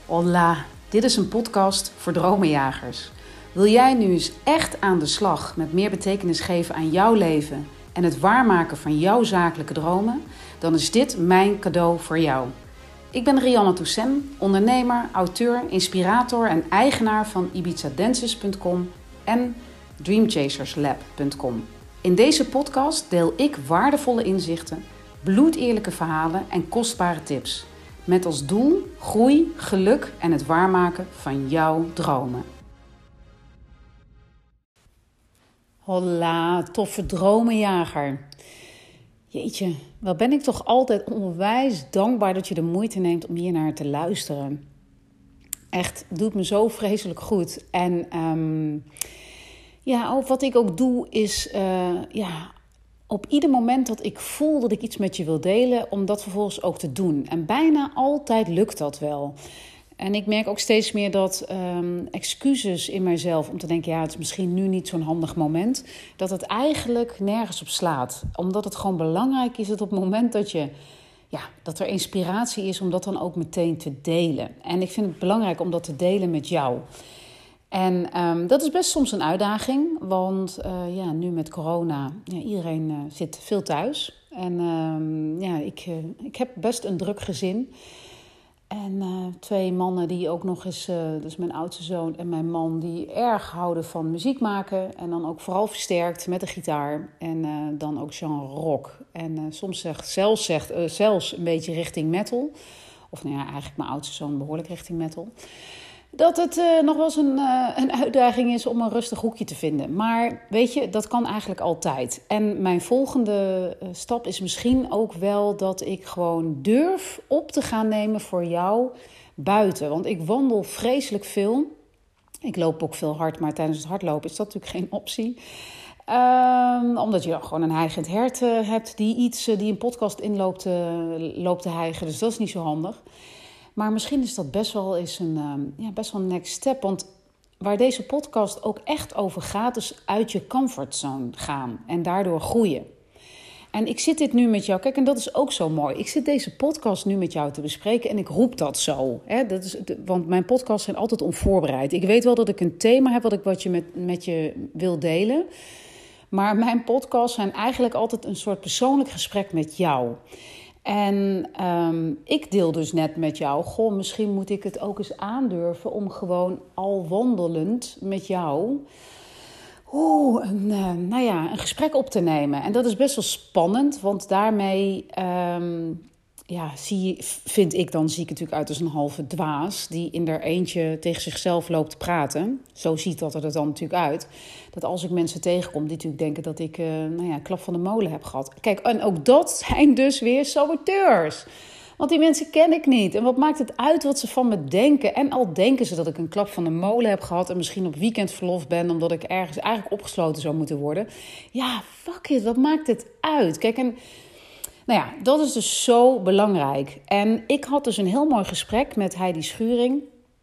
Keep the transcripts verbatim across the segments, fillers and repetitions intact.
Hola, dit is een podcast voor dromenjagers. Wil jij nu eens echt aan de slag met meer betekenis geven aan jouw leven en het waarmaken van jouw zakelijke dromen? Dan is dit mijn cadeau voor jou. Ik ben Rianne Toussaint, ondernemer, auteur, inspirator en eigenaar van Ibiza Dances punt com en Dream Chasers Lab punt com. In deze podcast deel ik waardevolle inzichten, bloedeerlijke verhalen en kostbare tips. Met als doel groei, geluk en het waarmaken van jouw dromen. Hola, toffe dromenjager. Jeetje, wat ben ik toch altijd onwijs dankbaar dat je de moeite neemt om hier naar te luisteren. Echt, het doet me zo vreselijk goed. En um, ja, ook wat ik ook doe is... Uh, ja. Op ieder moment dat ik voel dat ik iets met je wil delen, om dat vervolgens ook te doen. En bijna altijd lukt dat wel. En ik merk ook steeds meer dat um, excuses in mijzelf om te denken, ja, het is misschien nu niet zo'n handig moment, dat het eigenlijk nergens op slaat. Omdat het gewoon belangrijk is dat op het moment dat je, ja, dat er inspiratie is om dat dan ook meteen te delen. En ik vind het belangrijk om dat te delen met jou. En um, dat is best soms een uitdaging, want uh, ja, nu met corona, ja, iedereen uh, zit veel thuis. En um, ja, ik, uh, ik heb best een druk gezin. En uh, twee mannen die ook nog eens, uh, dus mijn oudste zoon en mijn man, die erg houden van muziek maken. En dan ook vooral versterkt met de gitaar en uh, dan ook genre rock. En uh, soms zegt, zelfs, zegt, uh, zelfs een beetje richting metal. Of nou ja, eigenlijk mijn oudste zoon behoorlijk richting metal. Dat het uh, nog wel eens een, uh, een uitdaging is om een rustig hoekje te vinden. Maar weet je, dat kan eigenlijk altijd. En mijn volgende uh, stap is misschien ook wel dat ik gewoon durf op te gaan nemen voor jou buiten. Want ik wandel vreselijk veel. Ik loop ook veel hard, maar tijdens het hardlopen is dat natuurlijk geen optie. Um, omdat je dan gewoon een hijgend hert uh, hebt die iets, uh, die een podcast inloopt uh, loopt te hijgen. Dus dat is niet zo handig. Maar misschien is dat best wel eens een, um, ja, best wel een next step. Want waar deze podcast ook echt over gaat, is uit je comfortzone gaan. En daardoor groeien. En ik zit dit nu met jou, kijk, en dat is ook zo mooi. Ik zit deze podcast nu met jou te bespreken en ik roep dat zo. Hè? Dat is, want mijn podcasts zijn altijd onvoorbereid. Ik weet wel dat ik een thema heb wat ik wat je met, met je wil delen. Maar mijn podcasts zijn eigenlijk altijd een soort persoonlijk gesprek met jou. En um, ik deel dus net met jou, goh, misschien moet ik het ook eens aandurven om gewoon al wandelend met jou oeh, een, uh, nou ja, een gesprek op te nemen. En dat is best wel spannend, want daarmee um, ja, zie, vind ik dan, zie ik natuurlijk uit als een halve dwaas die in haar eentje tegen zichzelf loopt te praten. Zo ziet dat er dan natuurlijk uit. Dat als ik mensen tegenkom die natuurlijk denken dat ik uh, nou ja, klap van de molen heb gehad. Kijk, en ook dat zijn dus weer saboteurs. Want die mensen ken ik niet. En wat maakt het uit wat ze van me denken? En al denken ze dat ik een klap van de molen heb gehad en misschien op weekendverlof ben omdat ik ergens eigenlijk opgesloten zou moeten worden. Ja, fuck it, wat maakt het uit? Kijk, en nou ja, dat is dus zo belangrijk. En ik had dus een heel mooi gesprek met Heidi Schuring.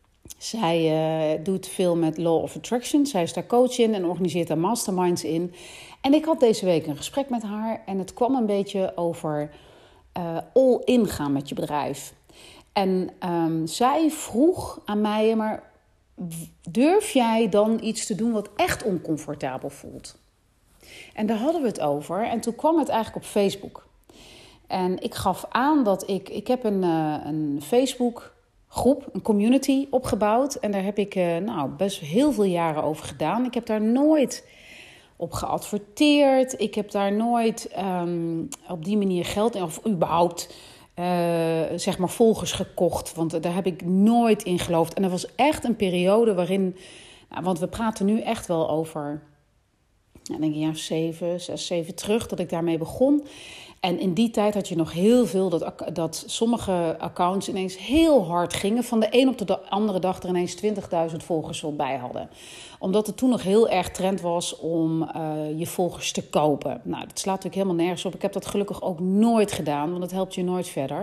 Zij uh, doet veel met Law of Attraction. Zij is daar coach in en organiseert daar masterminds in. En ik had deze week een gesprek met haar. En het kwam een beetje over uh, all-in gaan met je bedrijf. En um, zij vroeg aan mij, maar durf jij dan iets te doen wat echt oncomfortabel voelt? En daar hadden we het over. En toen kwam het eigenlijk op Facebook. En ik gaf aan dat ik... Ik heb een, uh, een Facebook groep, een community opgebouwd. En daar heb ik uh, nou, best heel veel jaren over gedaan. Ik heb daar nooit op geadverteerd. Ik heb daar nooit um, op die manier geld... of überhaupt uh, zeg maar volgers gekocht. Want daar heb ik nooit in geloofd. En dat was echt een periode waarin... Nou, want we praten nu echt wel over... Nou, denk ik een jaar zeven, zes, zeven terug dat ik daarmee begon. En in die tijd had je nog heel veel dat, dat sommige accounts ineens heel hard gingen. Van de een op de andere dag er ineens twintigduizend volgers al bij hadden. Omdat het toen nog heel erg trend was om uh, je volgers te kopen. Nou, dat slaat natuurlijk helemaal nergens op. Ik heb dat gelukkig ook nooit gedaan, want dat helpt je nooit verder.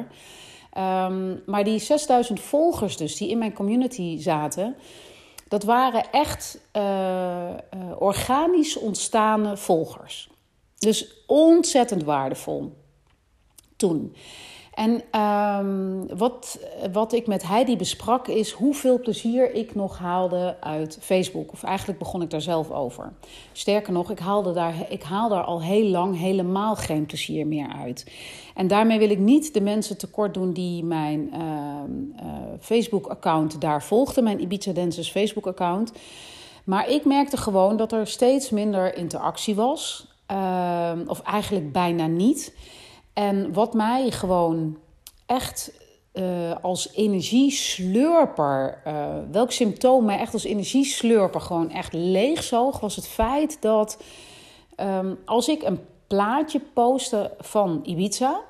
Um, maar die zesduizend volgers dus, die in mijn community zaten... Dat waren echt uh, uh, organisch ontstane volgers. Dus ontzettend waardevol toen. En um, wat, wat ik met Heidi besprak is hoeveel plezier ik nog haalde uit Facebook. Of eigenlijk begon ik daar zelf over. Sterker nog, ik, haalde daar, ik haal daar al heel lang helemaal geen plezier meer uit. En daarmee wil ik niet de mensen tekort doen die mijn uh, uh, Facebook-account daar volgden. Mijn Ibiza Dancers Facebook-account. Maar ik merkte gewoon dat er steeds minder interactie was. Uh, of eigenlijk bijna niet. En wat mij gewoon echt uh, als energieslurper, uh, welk symptoom mij echt als energieslurper gewoon echt leegzoog, was het feit dat um, als ik een plaatje postte van Ibiza,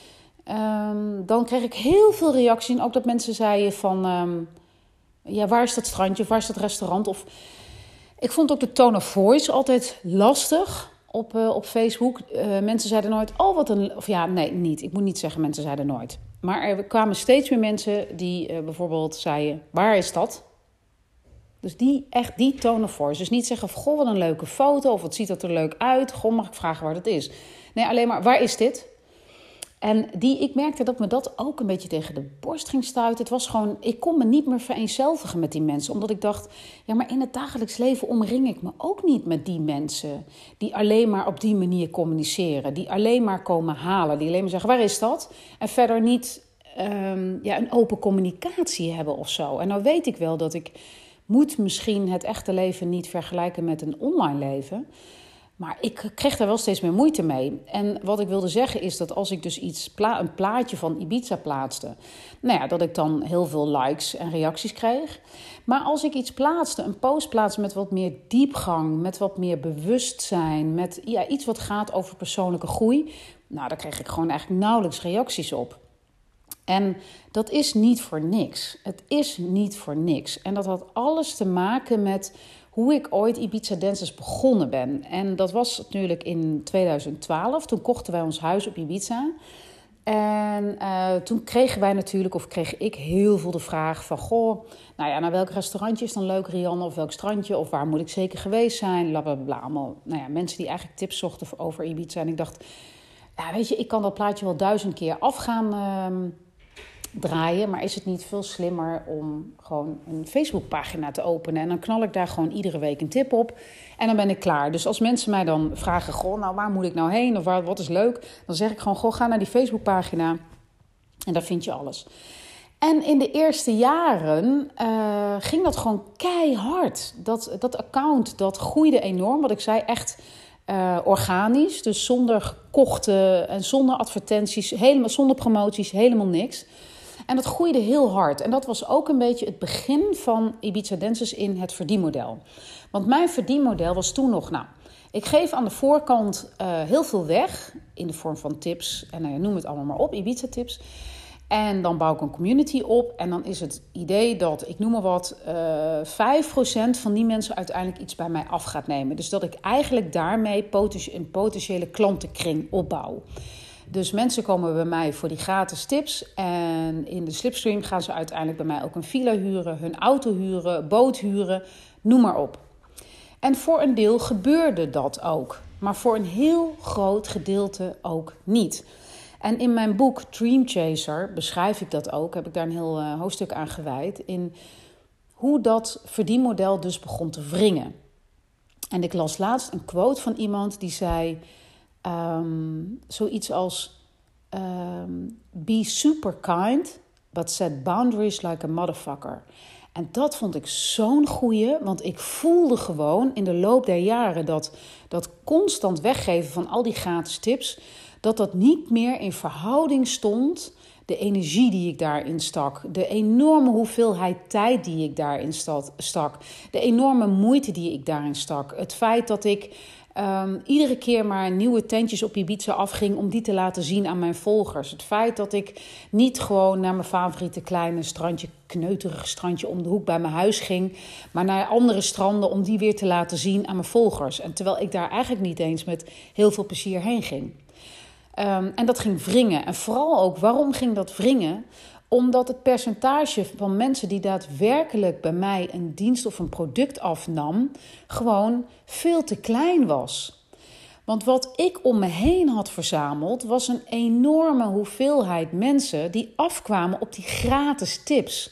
um, dan kreeg ik heel veel reacties. En ook dat mensen zeiden van, um, ja, waar is dat strandje of waar is dat restaurant? Of ik vond ook de tone of voice altijd lastig. Op, uh, op Facebook. Uh, mensen zeiden nooit, oh wat een... Of ja, nee, niet. Ik moet niet zeggen mensen zeiden nooit. Maar er kwamen steeds meer mensen die uh, bijvoorbeeld zeiden, waar is dat? Dus die, echt die tone of voice. Dus niet zeggen, goh, wat een leuke foto. Of wat ziet dat er leuk uit. Goh, mag ik vragen waar dat is? Nee, alleen maar, waar is dit? En die, ik merkte dat me dat ook een beetje tegen de borst ging stuiten. Het was gewoon, ik kon me niet meer vereenzelvigen met die mensen. Omdat ik dacht, ja, maar in het dagelijks leven omring ik me ook niet met die mensen. Die alleen maar op die manier communiceren. Die alleen maar komen halen. Die alleen maar zeggen, waar is dat? En verder niet um, ja, een open communicatie hebben of zo. En nou weet ik wel dat ik moet misschien het echte leven niet vergelijken met een online leven. Maar ik kreeg daar wel steeds meer moeite mee. En wat ik wilde zeggen is dat als ik dus iets pla- een plaatje van Ibiza plaatste, nou ja, dat ik dan heel veel likes en reacties kreeg. Maar als ik iets plaatste, een post plaatste met wat meer diepgang, met wat meer bewustzijn, met ja, iets wat gaat over persoonlijke groei, nou, daar kreeg ik gewoon eigenlijk nauwelijks reacties op. En dat is niet voor niks. Het is niet voor niks. En dat had alles te maken met hoe ik ooit Ibiza Dancers begonnen ben. En dat was natuurlijk in tweeduizend twaalf. Toen kochten wij ons huis op Ibiza. En uh, toen kregen wij natuurlijk, of kreeg ik heel veel de vraag van, goh, nou ja, naar welk restaurantje is dan leuk, Rianne? Of welk strandje? Of waar moet ik zeker geweest zijn? Blablabla. Allemaal, nou ja, mensen die eigenlijk tips zochten over Ibiza. En ik dacht, ja, weet je, ik kan dat plaatje wel duizend keer af gaan uh, draaien, maar is het niet veel slimmer om gewoon een Facebookpagina te openen? En dan knal ik daar gewoon iedere week een tip op en dan ben ik klaar. Dus als mensen mij dan vragen, goh, nou waar moet ik nou heen? Of waar, wat is leuk? Dan zeg ik gewoon, goh, ga naar die Facebookpagina en daar vind je alles. En in de eerste jaren uh, ging dat gewoon keihard. Dat, dat account, dat groeide enorm. Wat ik zei, echt uh, organisch. Dus zonder gekochte en zonder advertenties, helemaal, zonder promoties, helemaal niks. En dat groeide heel hard. En dat was ook een beetje het begin van Ibiza Dancers in het verdienmodel. Want mijn verdienmodel was toen nog, nou, ik geef aan de voorkant uh, heel veel weg in de vorm van tips. En nou, noem het allemaal maar op, Ibiza tips. En dan bouw ik een community op. En dan is het idee dat, ik noem maar wat, uh, vijf procent van die mensen uiteindelijk iets bij mij af gaat nemen. Dus dat ik eigenlijk daarmee poten- een potentiële klantenkring opbouw. Dus mensen komen bij mij voor die gratis tips. En in de slipstream gaan ze uiteindelijk bij mij ook een villa huren, hun auto huren, boot huren, noem maar op. En voor een deel gebeurde dat ook. Maar voor een heel groot gedeelte ook niet. En in mijn boek Dream Chaser beschrijf ik dat ook. Heb ik daar een heel uh, hoofdstuk aan gewijd. In hoe dat verdienmodel dus begon te wringen. En ik las laatst een quote van iemand die zei Um, zoiets als um, be super kind, but set boundaries like a motherfucker. En dat vond ik zo'n goeie, want ik voelde gewoon in de loop der jaren dat dat constant weggeven van al die gratis tips, dat dat niet meer in verhouding stond, de energie die ik daarin stak, de enorme hoeveelheid tijd die ik daarin stak, de enorme moeite die ik daarin stak, het feit dat ik Um, iedere keer maar nieuwe tentjes op Ibiza afging om die te laten zien aan mijn volgers. Het feit dat ik niet gewoon naar mijn favoriete kleine strandje, kneuterige strandje om de hoek bij mijn huis ging, maar naar andere stranden om die weer te laten zien aan mijn volgers. En terwijl ik daar eigenlijk niet eens met heel veel plezier heen ging. Um, en dat ging wringen. En vooral ook, waarom ging dat wringen? Omdat het percentage van mensen die daadwerkelijk bij mij een dienst of een product afnam, gewoon veel te klein was. Want wat ik om me heen had verzameld was een enorme hoeveelheid mensen die afkwamen op die gratis tips.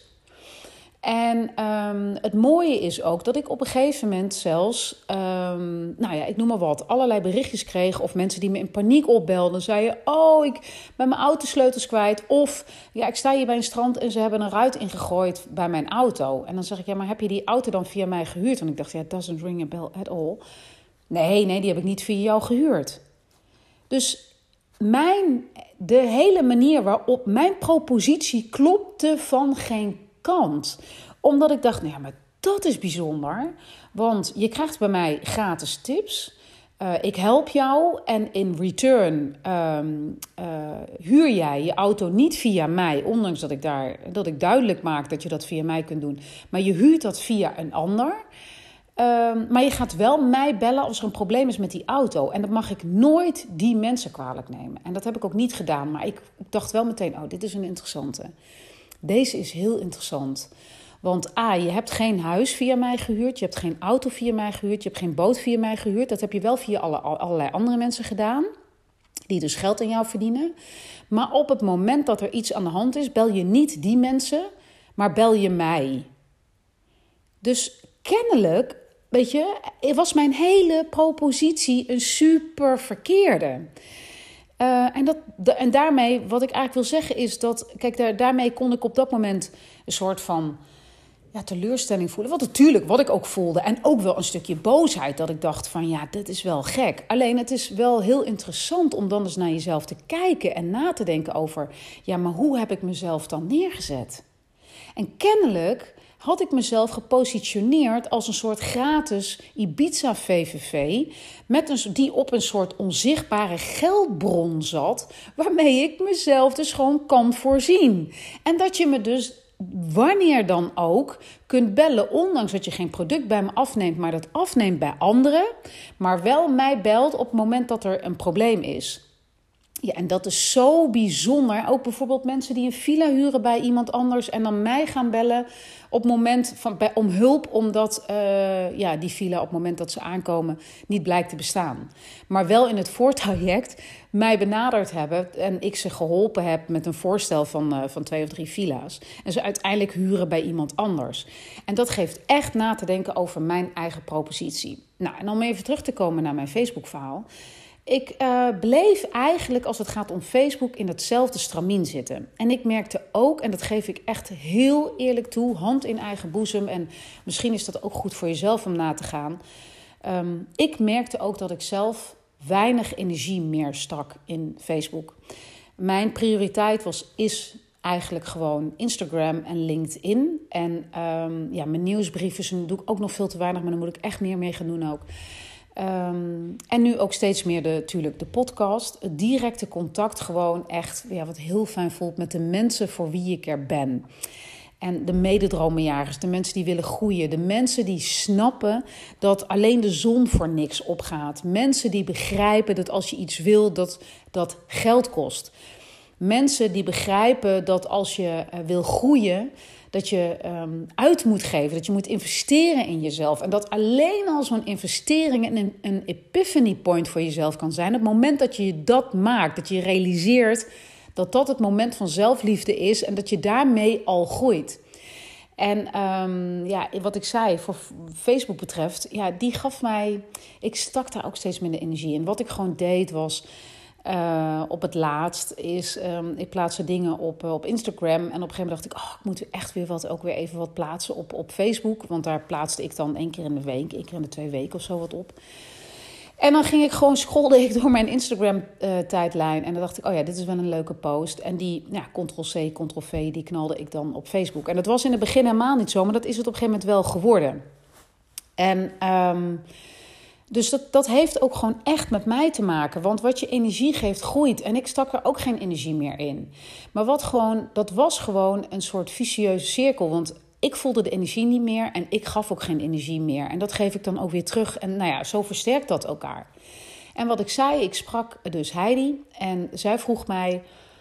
En um, het mooie is ook dat ik op een gegeven moment zelfs, um, nou ja, ik noem maar wat, allerlei berichtjes kreeg. Of mensen die me in paniek opbelden. Zeiden, oh, ik ben mijn autosleutels kwijt. Of, ja, ik sta hier bij een strand en ze hebben een ruit ingegooid bij mijn auto. En dan zeg ik, ja, maar heb je die auto dan via mij gehuurd? En ik dacht, ja, it doesn't ring a bell at all. Nee, nee, die heb ik niet via jou gehuurd. Dus mijn, de hele manier waarop mijn propositie klopte van geen kant. Omdat ik dacht, nou ja, maar dat is bijzonder. Want je krijgt bij mij gratis tips. Uh, ik help jou en in return um, uh, huur jij je auto niet via mij. Ondanks dat ik, daar, dat ik duidelijk maak dat je dat via mij kunt doen. Maar je huurt dat via een ander. Um, maar je gaat wel mij bellen als er een probleem is met die auto. En dat mag ik nooit die mensen kwalijk nemen. En dat heb ik ook niet gedaan. Maar ik, ik dacht wel meteen, oh, dit is een interessante. Deze is heel interessant. Want A, je hebt geen huis via mij gehuurd. Je hebt geen auto via mij gehuurd. Je hebt geen boot via mij gehuurd. Dat heb je wel via alle, allerlei andere mensen gedaan. Die dus geld aan jou verdienen. Maar op het moment dat er iets aan de hand is, bel je niet die mensen, maar bel je mij. Dus kennelijk, weet je, was mijn hele propositie een super verkeerde. Uh, en, dat, de, en daarmee, wat ik eigenlijk wil zeggen is dat, kijk, daar, daarmee kon ik op dat moment een soort van ja, teleurstelling voelen. Wat natuurlijk, wat ik ook voelde. En ook wel een stukje boosheid, dat ik dacht van ja, dit is wel gek. Alleen het is wel heel interessant om dan eens naar jezelf te kijken en na te denken over, ja, maar hoe heb ik mezelf dan neergezet? En kennelijk had ik mezelf gepositioneerd als een soort gratis Ibiza-V V V, met een, die op een soort onzichtbare geldbron zat, waarmee ik mezelf dus gewoon kan voorzien. En dat je me dus wanneer dan ook kunt bellen, ondanks dat je geen product bij me afneemt, maar dat afneemt bij anderen, maar wel mij belt op het moment dat er een probleem is. Ja, en dat is zo bijzonder. Ook bijvoorbeeld mensen die een villa huren bij iemand anders en dan mij gaan bellen op het moment van, bij, om hulp, omdat uh, ja, die villa op het moment dat ze aankomen niet blijkt te bestaan. Maar wel in het voortraject mij benaderd hebben en ik ze geholpen heb met een voorstel van, uh, van twee of drie villa's. En ze uiteindelijk huren bij iemand anders. En dat geeft echt na te denken over mijn eigen propositie. Nou, en om even terug te komen naar mijn Facebook-verhaal. Ik uh, bleef eigenlijk, als het gaat om Facebook, in hetzelfde stramien zitten. En ik merkte ook, en dat geef ik echt heel eerlijk toe, hand in eigen boezem. En misschien is dat ook goed voor jezelf om na te gaan. Um, ik merkte ook dat ik zelf weinig energie meer stak in Facebook. Mijn prioriteit was, is eigenlijk gewoon Instagram en LinkedIn. En um, ja, mijn nieuwsbrieven doe ik ook nog veel te weinig, maar daar moet ik echt meer mee gaan doen ook. Um, en nu ook steeds meer de, natuurlijk de podcast. Het directe contact gewoon echt, ja, wat heel fijn voelt met de mensen voor wie ik er ben. En de mededromenjagers, de mensen die willen groeien. De mensen die snappen dat alleen de zon voor niks opgaat. Mensen die begrijpen dat als je iets wil, dat dat geld kost. Mensen die begrijpen dat als je uh, wil groeien, dat je um, uit moet geven, dat je moet investeren in jezelf. En dat alleen al zo'n investering een, een epiphany point voor jezelf kan zijn. Op het moment dat je dat maakt, dat je realiseert dat dat het moment van zelfliefde is en dat je daarmee al groeit. En um, ja, wat ik zei, voor Facebook betreft, ja, die gaf mij, ik stak daar ook steeds minder energie in. Wat ik gewoon deed was, Uh, op het laatst is, um, ik plaatste dingen op, uh, op Instagram. En op een gegeven moment dacht ik, oh, ik moet echt weer wat, ook weer even wat plaatsen op, op Facebook. Want daar plaatste ik dan één keer in de week, één keer in de twee weken of zo wat op. En dan ging ik gewoon, scrolde ik door mijn Instagram-tijdlijn. Uh, en dan dacht ik, oh ja, dit is wel een leuke post. En die, ja, control-C, control-V, die knalde ik dan op Facebook. En dat was in het begin helemaal niet zo, maar dat is het op een gegeven moment wel geworden. En Um, Dus dat, dat heeft ook gewoon echt met mij te maken. Want wat je energie geeft, groeit. En ik stak er ook geen energie meer in. Maar wat gewoon, dat was gewoon een soort vicieuze cirkel. Want ik voelde de energie niet meer en ik gaf ook geen energie meer. En dat geef ik dan ook weer terug. En nou ja, zo versterkt dat elkaar. En wat ik zei, ik sprak dus Heidi. En zij vroeg mij,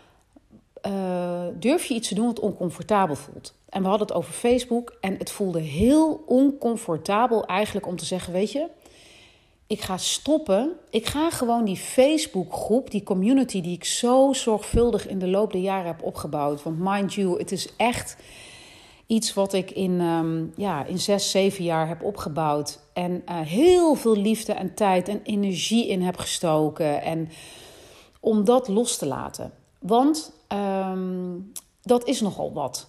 uh, durf je iets te doen wat oncomfortabel voelt? En we hadden het over Facebook. En het voelde heel oncomfortabel eigenlijk om te zeggen, weet je, ik ga stoppen. Ik ga gewoon die Facebookgroep, die community die ik zo zorgvuldig in de loop der jaren heb opgebouwd. Want mind you, het is echt iets wat ik in, um, ja, in zes, zeven jaar heb opgebouwd. En uh, heel veel liefde en tijd en energie in heb gestoken. En om dat los te laten. Want um, dat is nogal wat.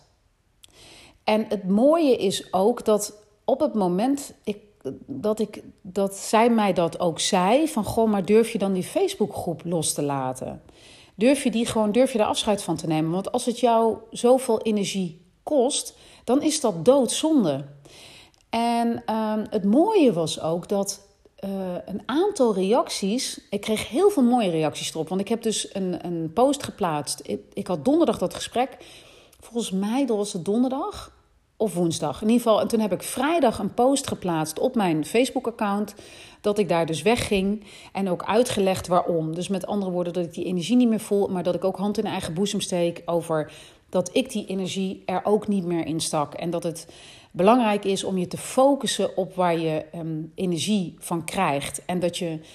En het mooie is ook dat op het moment ik, dat, ik, dat zij mij dat ook zei, van goh, maar durf je dan die Facebookgroep los te laten? Durf je die gewoon, durf je daar afscheid van te nemen? Want als het jou zoveel energie kost, dan is dat doodzonde. En uh, het mooie was ook dat uh, een aantal reacties, ik kreeg heel veel mooie reacties erop, want ik heb dus een, een post geplaatst. Ik, ik had donderdag dat gesprek, volgens mij was het donderdag of woensdag. In ieder geval, en toen heb ik vrijdag een post geplaatst op mijn Facebook-account, dat ik daar dus wegging en ook uitgelegd waarom. Dus met andere woorden, dat ik die energie niet meer voel, maar dat ik ook hand in eigen boezem steek over dat ik die energie er ook niet meer in stak. En dat het belangrijk is om je te focussen op waar je um, energie van krijgt. En dat je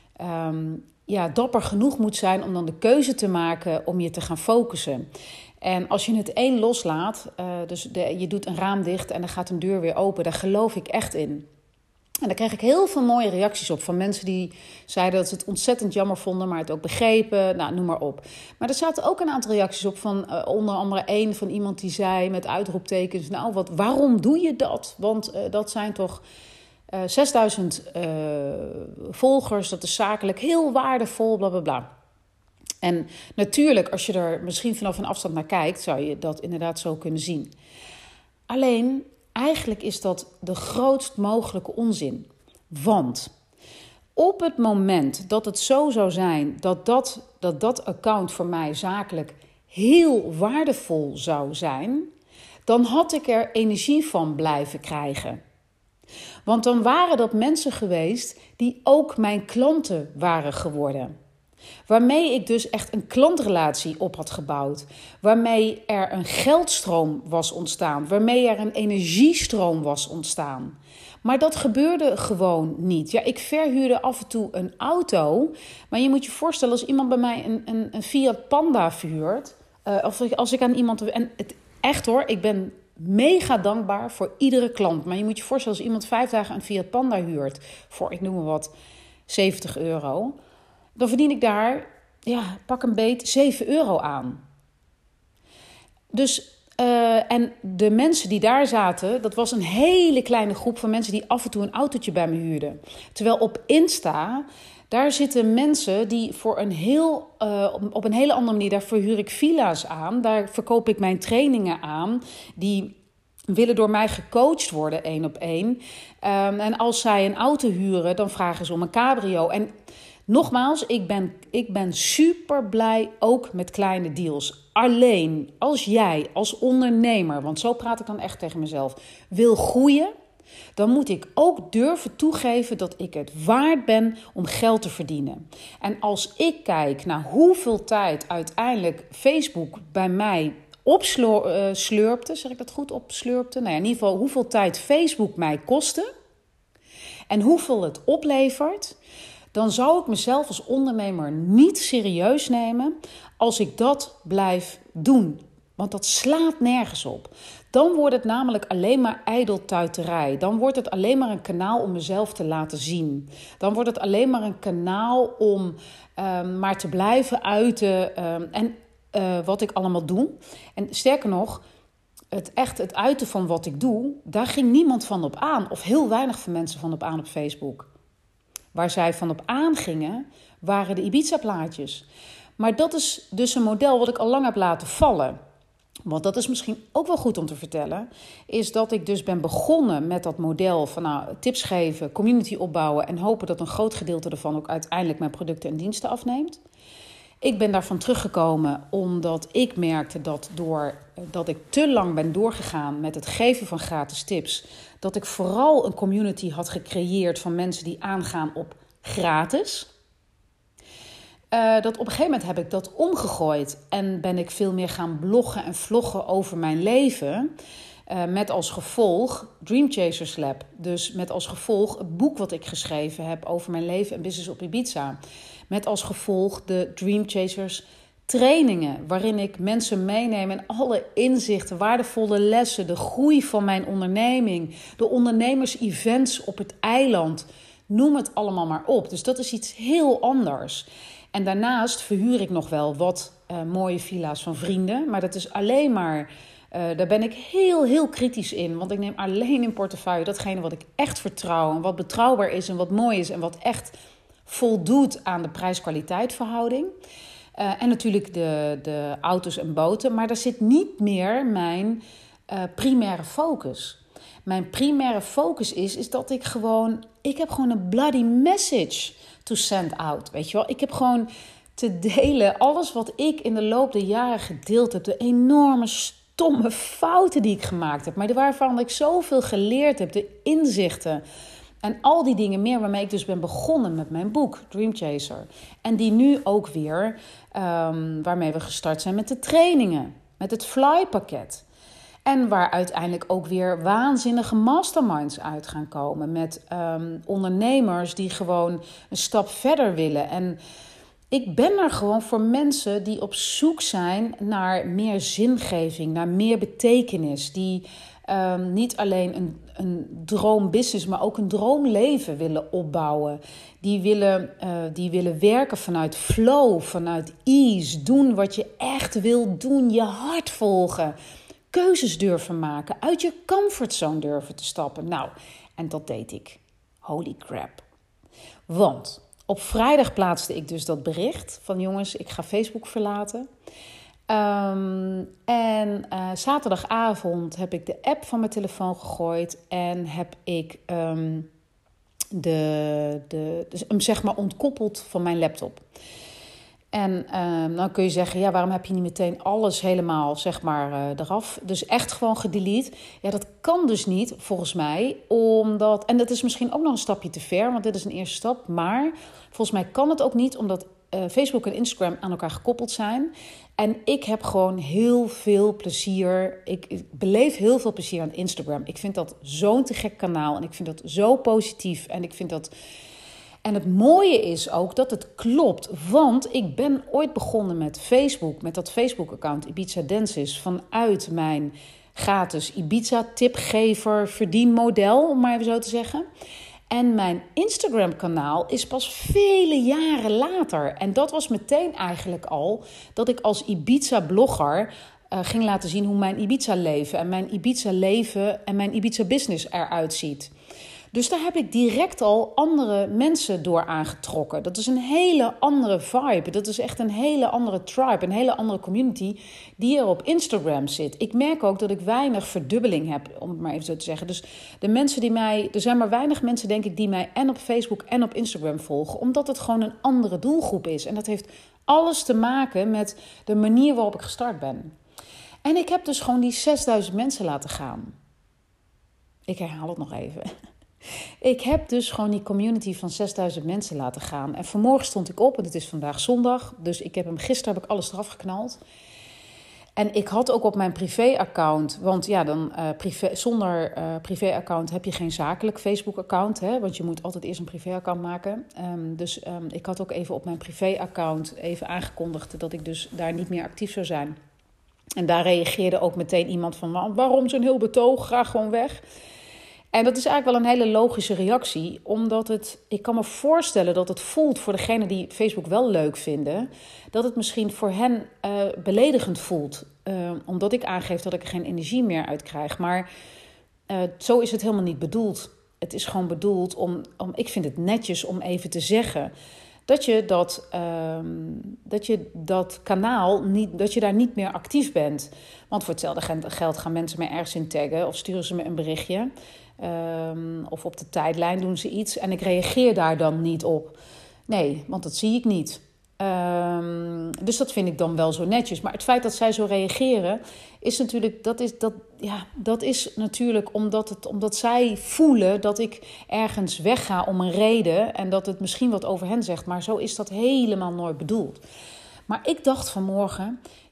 um, ja, dapper genoeg moet zijn om dan de keuze te maken om je te gaan focussen. En als je het één loslaat, uh, dus de, je doet een raam dicht en dan gaat een deur weer open, daar geloof ik echt in. En daar kreeg ik heel veel mooie reacties op van mensen die zeiden dat ze het ontzettend jammer vonden, maar het ook begrepen, nou, noem maar op. Maar er zaten ook een aantal reacties op van uh, onder andere één van iemand die zei met uitroeptekens, nou, wat, waarom doe je dat? Want uh, dat zijn toch uh, zesduizend uh, volgers, dat is zakelijk heel waardevol, bla bla bla. En natuurlijk, als je er misschien vanaf een afstand naar kijkt, zou je dat inderdaad zo kunnen zien. Alleen, eigenlijk is dat de grootst mogelijke onzin. Want op het moment dat het zo zou zijn dat dat, dat, dat account voor mij zakelijk heel waardevol zou zijn, dan had ik er energie van blijven krijgen. Want dan waren dat mensen geweest die ook mijn klanten waren geworden. Waarmee ik dus echt een klantrelatie op had gebouwd. Waarmee er een geldstroom was ontstaan. Waarmee er een energiestroom was ontstaan. Maar dat gebeurde gewoon niet. Ja, ik verhuurde af en toe een auto. Maar je moet je voorstellen, als iemand bij mij een, een, een Fiat Panda verhuurt. Uh, of als ik aan iemand... En het, echt hoor, ik ben mega dankbaar voor iedere klant. Maar je moet je voorstellen, als iemand vijf dagen een Fiat Panda huurt. Voor, ik noem maar wat, zeventig euro... dan verdien ik daar, ja, pak een beet, zeven euro aan. Dus, uh, en de mensen die daar zaten, dat was een hele kleine groep van mensen die af en toe een autootje bij me huurden. Terwijl op Insta, daar zitten mensen die voor een heel, uh, op een hele andere manier, daar verhuur ik villa's aan. Daar verkoop ik mijn trainingen aan, die willen door mij gecoacht worden, één op één. Um, en als zij een auto huren, dan vragen ze om een cabrio. En nogmaals, ik ben, ik ben super blij ook met kleine deals. Alleen als jij als ondernemer, want zo praat ik dan echt tegen mezelf, wil groeien, dan moet ik ook durven toegeven dat ik het waard ben om geld te verdienen. En als ik kijk naar hoeveel tijd uiteindelijk Facebook bij mij opslurpte, zeg ik dat goed, opslurpte? Nou ja, in ieder geval hoeveel tijd Facebook mij kostte en hoeveel het oplevert, dan zou ik mezelf als ondernemer niet serieus nemen als ik dat blijf doen. Want dat slaat nergens op. Dan wordt het namelijk alleen maar ijdeltuiterij. Dan wordt het alleen maar een kanaal om mezelf te laten zien. Dan wordt het alleen maar een kanaal om um, maar te blijven uiten um, en uh, wat ik allemaal doe. En sterker nog, het echt het uiten van wat ik doe, daar ging niemand van op aan. Of heel weinig van mensen van op aan op Facebook. Waar zij van op aangingen, waren de Ibiza-plaatjes. Maar dat is dus een model wat ik al lang heb laten vallen. Want dat is misschien ook wel goed om te vertellen, is dat ik dus ben begonnen met dat model van nou, tips geven, community opbouwen en hopen dat een groot gedeelte ervan ook uiteindelijk mijn producten en diensten afneemt. Ik ben daarvan teruggekomen omdat ik merkte dat doordat ik te lang ben doorgegaan met het geven van gratis tips, dat ik vooral een community had gecreëerd van mensen die aangaan op gratis. Uh, dat op een gegeven moment heb ik dat omgegooid en ben ik veel meer gaan bloggen en vloggen over mijn leven. Uh, met als gevolg Dream Chasers Lab. Dus met als gevolg het boek wat ik geschreven heb over mijn leven en business op Ibiza. Met als gevolg de Dream Chasers trainingen, waarin ik mensen meeneem in alle inzichten, waardevolle lessen, de groei van mijn onderneming, de ondernemers-events op het eiland. Noem het allemaal maar op. Dus dat is iets heel anders. En daarnaast verhuur ik nog wel wat uh, mooie villa's van vrienden. Maar dat is alleen maar, uh, daar ben ik heel, heel kritisch in. Want ik neem alleen in portefeuille datgene wat ik echt vertrouw. En wat betrouwbaar is en wat mooi is. En wat echt voldoet aan de prijs-kwaliteit verhouding. Uh, en natuurlijk de, de auto's en boten. Maar daar zit niet meer mijn uh, primaire focus. Mijn primaire focus is, is dat ik gewoon... Ik heb gewoon een bloody message to send out, weet je wel. Ik heb gewoon te delen alles wat ik in de loop der jaren gedeeld heb. De enorme stomme fouten die ik gemaakt heb. Maar waarvan ik zoveel geleerd heb. De inzichten. En al die dingen meer waarmee ik dus ben begonnen met mijn boek Dream Chaser. En die nu ook weer, um, waarmee we gestart zijn met de trainingen. Met het Fly pakket. En waar uiteindelijk ook weer waanzinnige masterminds uit gaan komen. Met um, ondernemers die gewoon een stap verder willen. En ik ben er gewoon voor mensen die op zoek zijn naar meer zingeving, naar meer betekenis. Die um, niet alleen een, een droombusiness, maar ook een droomleven willen opbouwen. Die willen, uh, die willen werken vanuit flow, vanuit ease. Doen wat je echt wil doen, je hart volgen. Keuzes durven maken, uit je comfortzone durven te stappen. Nou, en dat deed ik. Holy crap. Want op vrijdag plaatste ik dus dat bericht van jongens, ik ga Facebook verlaten. Um, en uh, zaterdagavond heb ik de app van mijn telefoon gegooid en heb ik um, de, de, dus hem zeg maar ontkoppeld van mijn laptop. En uh, dan kun je zeggen, ja, waarom heb je niet meteen alles helemaal, zeg maar, uh, eraf? Dus echt gewoon gedelete. Ja, dat kan dus niet, volgens mij, omdat... En dat is misschien ook nog een stapje te ver, want dit is een eerste stap. Maar volgens mij kan het ook niet, omdat uh, Facebook en Instagram aan elkaar gekoppeld zijn. En ik heb gewoon heel veel plezier. Ik, ik beleef heel veel plezier aan Instagram. Ik vind dat zo'n te gek kanaal en ik vind dat zo positief. En ik vind dat... En het mooie is ook dat het klopt, want ik ben ooit begonnen met Facebook, met dat Facebook-account Ibiza Dances, vanuit mijn gratis Ibiza-tipgever verdienmodel, om maar even zo te zeggen. En mijn Instagram-kanaal is pas vele jaren later. En dat was meteen eigenlijk al dat ik als Ibiza-blogger uh, ging laten zien hoe mijn Ibiza-leven en mijn Ibiza-leven en mijn Ibiza-business eruit ziet. Dus daar heb ik direct al andere mensen door aangetrokken. Dat is een hele andere vibe. Dat is echt een hele andere tribe, een hele andere community die er op Instagram zit. Ik merk ook dat ik weinig verdubbeling heb, om het maar even zo te zeggen. Dus de mensen die mij, er zijn maar weinig mensen, denk ik, die mij en op Facebook en op Instagram volgen. Omdat het gewoon een andere doelgroep is. En dat heeft alles te maken met de manier waarop ik gestart ben. En ik heb dus gewoon die zesduizend mensen laten gaan. Ik herhaal het nog even. Ik heb dus gewoon die community van zesduizend mensen laten gaan. En vanmorgen stond ik op, en het is vandaag zondag. Dus ik heb hem, gisteren heb ik alles eraf geknald. En ik had ook op mijn privé-account... Want ja, dan, uh, privé, zonder uh, privé-account heb je geen zakelijk Facebook-account. Hè, want je moet altijd eerst een privé-account maken. Um, dus um, ik had ook even op mijn privé-account even aangekondigd... dat ik dus daar niet meer actief zou zijn. En daar reageerde ook meteen iemand van... waarom zo'n heel betoog, ga gewoon weg... En dat is eigenlijk wel een hele logische reactie, omdat het, ik kan me voorstellen dat het voelt voor degenen die Facebook wel leuk vinden, dat het misschien voor hen uh, beledigend voelt, uh, omdat ik aangeef dat ik er geen energie meer uit krijg. Maar uh, zo is het helemaal niet bedoeld. Het is gewoon bedoeld om, om, ik vind het netjes om even te zeggen dat je dat, um, dat je dat kanaal niet, dat je daar niet meer actief bent. Want voor hetzelfde geld gaan mensen me ergens in taggen of sturen ze me een berichtje. Um, of op de tijdlijn doen ze iets en ik reageer daar dan niet op. Nee, want dat zie ik niet. Um, dus dat vind ik dan wel zo netjes. Maar het feit dat zij zo reageren is natuurlijk, dat is, dat, ja, dat is natuurlijk omdat, het, omdat zij voelen dat ik ergens wegga om een reden en dat het misschien wat over hen zegt. Maar zo is dat helemaal nooit bedoeld. Maar ik dacht vanmorgen,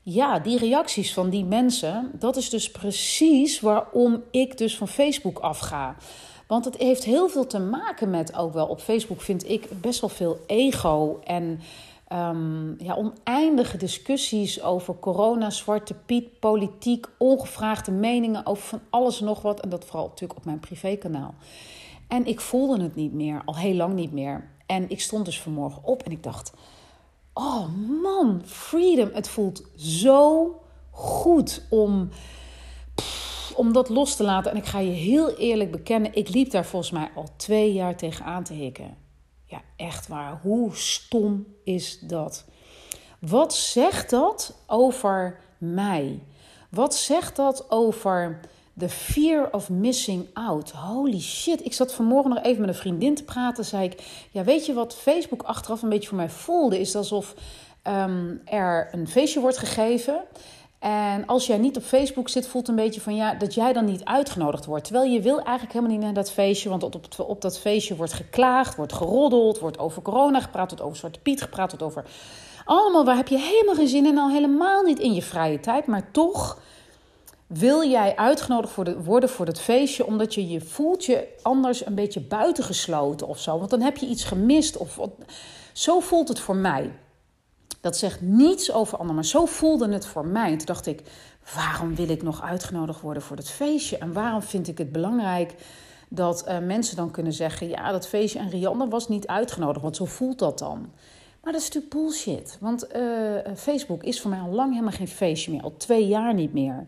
ja, die reacties van die mensen, dat is dus precies waarom ik dus van Facebook afga. Want het heeft heel veel te maken met ook wel op Facebook, vind ik, best wel veel ego en um, ja, oneindige discussies over corona, Zwarte Piet, politiek, ongevraagde meningen over van alles en nog wat. En dat vooral natuurlijk op mijn privékanaal. En ik voelde het niet meer, al heel lang niet meer. En ik stond dus vanmorgen op en ik dacht, oh man, freedom. Het voelt zo goed om, pff, om dat los te laten. En ik ga je heel eerlijk bekennen, ik liep daar volgens mij al twee jaar tegenaan te hikken. Ja, echt waar. Hoe stom is dat? Wat zegt dat over mij? Wat zegt dat over the fear of missing out? Holy shit. Ik zat vanmorgen nog even met een vriendin te praten. Zei ik, ja, weet je wat Facebook achteraf een beetje voor mij voelde? Is alsof um, er een feestje wordt gegeven. En als jij niet op Facebook zit, voelt het een beetje van ja, dat jij dan niet uitgenodigd wordt. Terwijl je wil eigenlijk helemaal niet naar dat feestje. Want op, op, op dat feestje wordt geklaagd, wordt geroddeld, wordt over corona gepraat, wordt over Zwarte Piet gepraat, wordt over allemaal, waar heb je helemaal geen zin in, al helemaal niet in je vrije tijd. Maar toch wil jij uitgenodigd worden voor dat feestje, omdat je je voelt je anders een beetje buitengesloten of zo. Want dan heb je iets gemist. Of, zo voelt het voor mij. Dat zegt niets over anderen, maar zo voelde het voor mij. En toen dacht ik, waarom wil ik nog uitgenodigd worden voor dat feestje? En waarom vind ik het belangrijk dat uh, mensen dan kunnen zeggen, ja, dat feestje en Rianne was niet uitgenodigd, want zo voelt dat dan. Maar dat is natuurlijk bullshit. Want uh, Facebook is voor mij al lang helemaal geen feestje meer. Al twee jaar niet meer.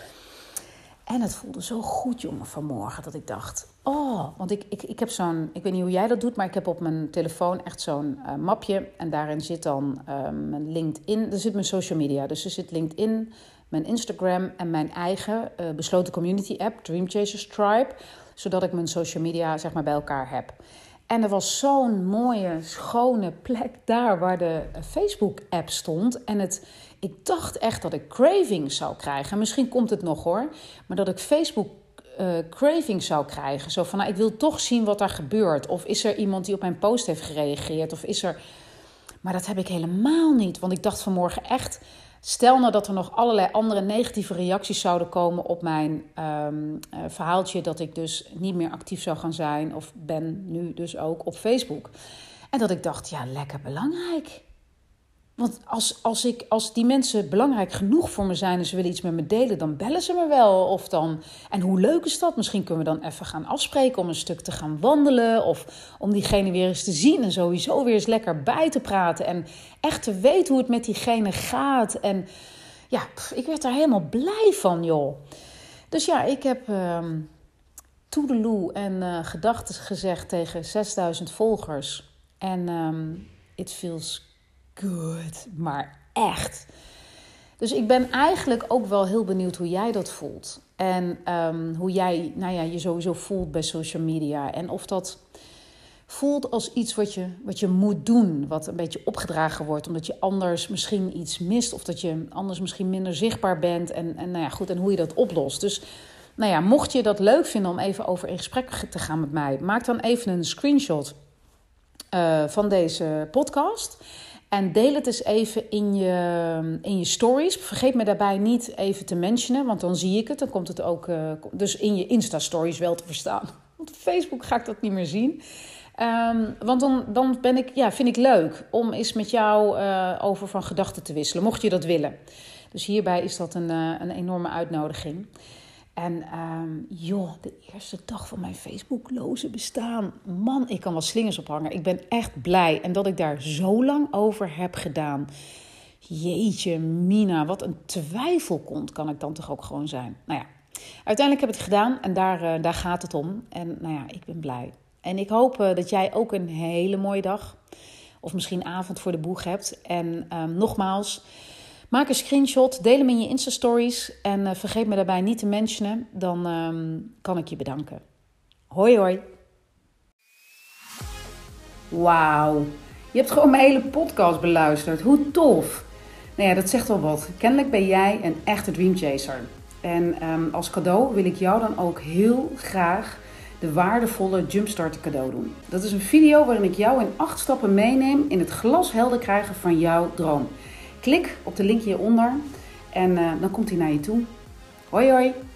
En het voelde zo goed, jongen, vanmorgen, dat ik dacht, oh, want ik, ik, ik heb zo'n, ik weet niet hoe jij dat doet, maar ik heb op mijn telefoon echt zo'n uh, mapje. En daarin zit dan uh, mijn LinkedIn, er zit mijn social media. Dus er zit LinkedIn, mijn Instagram en mijn eigen uh, besloten community app, Dream Chasers Tribe. Zodat ik mijn social media, zeg maar, bij elkaar heb. En er was zo'n mooie, schone plek daar waar de Facebook-app stond. En het, ik dacht echt dat ik cravings zou krijgen. Misschien komt het nog hoor. Maar dat ik Facebook uh, cravings zou krijgen. Zo van, nou, ik wil toch zien wat daar gebeurt. Of is er iemand die op mijn post heeft gereageerd? Of is er... Maar dat heb ik helemaal niet. Want ik dacht vanmorgen echt, stel nou dat er nog allerlei andere negatieve reacties zouden komen op mijn um, uh, verhaaltje, dat ik dus niet meer actief zou gaan zijn, of ben nu dus ook op Facebook. En dat ik dacht, ja, lekker belangrijk. Want als, als, ik, als die mensen belangrijk genoeg voor me zijn en ze willen iets met me delen, dan bellen ze me wel. Of dan, en hoe leuk is dat? Misschien kunnen we dan even gaan afspreken om een stuk te gaan wandelen. Of om diegene weer eens te zien en sowieso weer eens lekker bij te praten. En echt te weten hoe het met diegene gaat. En ja, pff, ik werd daar helemaal blij van, joh. Dus ja, ik heb um, toedeloe en uh, gedachten gezegd tegen zesduizend volgers. En um, it feels good, maar echt. Dus ik ben eigenlijk ook wel heel benieuwd hoe jij dat voelt. En um, hoe jij nou ja, je sowieso voelt bij social media. En of dat voelt als iets wat je, wat je moet doen. Wat een beetje opgedragen wordt. Omdat je anders misschien iets mist. Of dat je anders misschien minder zichtbaar bent. En, en, nou ja, goed, en hoe je dat oplost. Dus nou ja, mocht je dat leuk vinden om even over in gesprek te gaan met mij. Maak dan even een screenshot uh, van deze podcast. En deel het eens even in je, in je stories. Vergeet me daarbij niet even te mentionen, want dan zie ik het. Dan komt het ook uh, dus in je Insta-stories wel te verstaan. Want op Facebook ga ik dat niet meer zien. Um, want dan, dan ben ik, ja, vind ik leuk om eens met jou uh, over van gedachten te wisselen. Mocht je dat willen. Dus hierbij is dat een, uh, een enorme uitnodiging. En um, joh, de eerste dag van mijn Facebookloze bestaan. Man, ik kan wel slingers ophangen. Ik ben echt blij. En dat ik daar zo lang over heb gedaan. Jeetje, Mina, wat een twijfelkont kan ik dan toch ook gewoon zijn. Nou ja, uiteindelijk heb ik het gedaan en daar, uh, daar gaat het om. En nou ja, ik ben blij. En ik hoop uh, dat jij ook een hele mooie dag of misschien avond voor de boeg hebt. En um, nogmaals, maak een screenshot, deel hem in je Insta-stories en uh, vergeet me daarbij niet te mentionen. Dan um, kan ik je bedanken. Hoi hoi. Wauw, je hebt gewoon mijn hele podcast beluisterd. Hoe tof. Nou ja, dat zegt wel wat. Kennelijk ben jij een echte dreamchaser. En um, als cadeau wil ik jou dan ook heel graag de waardevolle Jumpstart cadeau doen. Dat is een video waarin ik jou in acht stappen meeneem in het glashelder krijgen van jouw droom. Klik op de link hieronder En uh, dan komt hij naar je toe. Hoi hoi!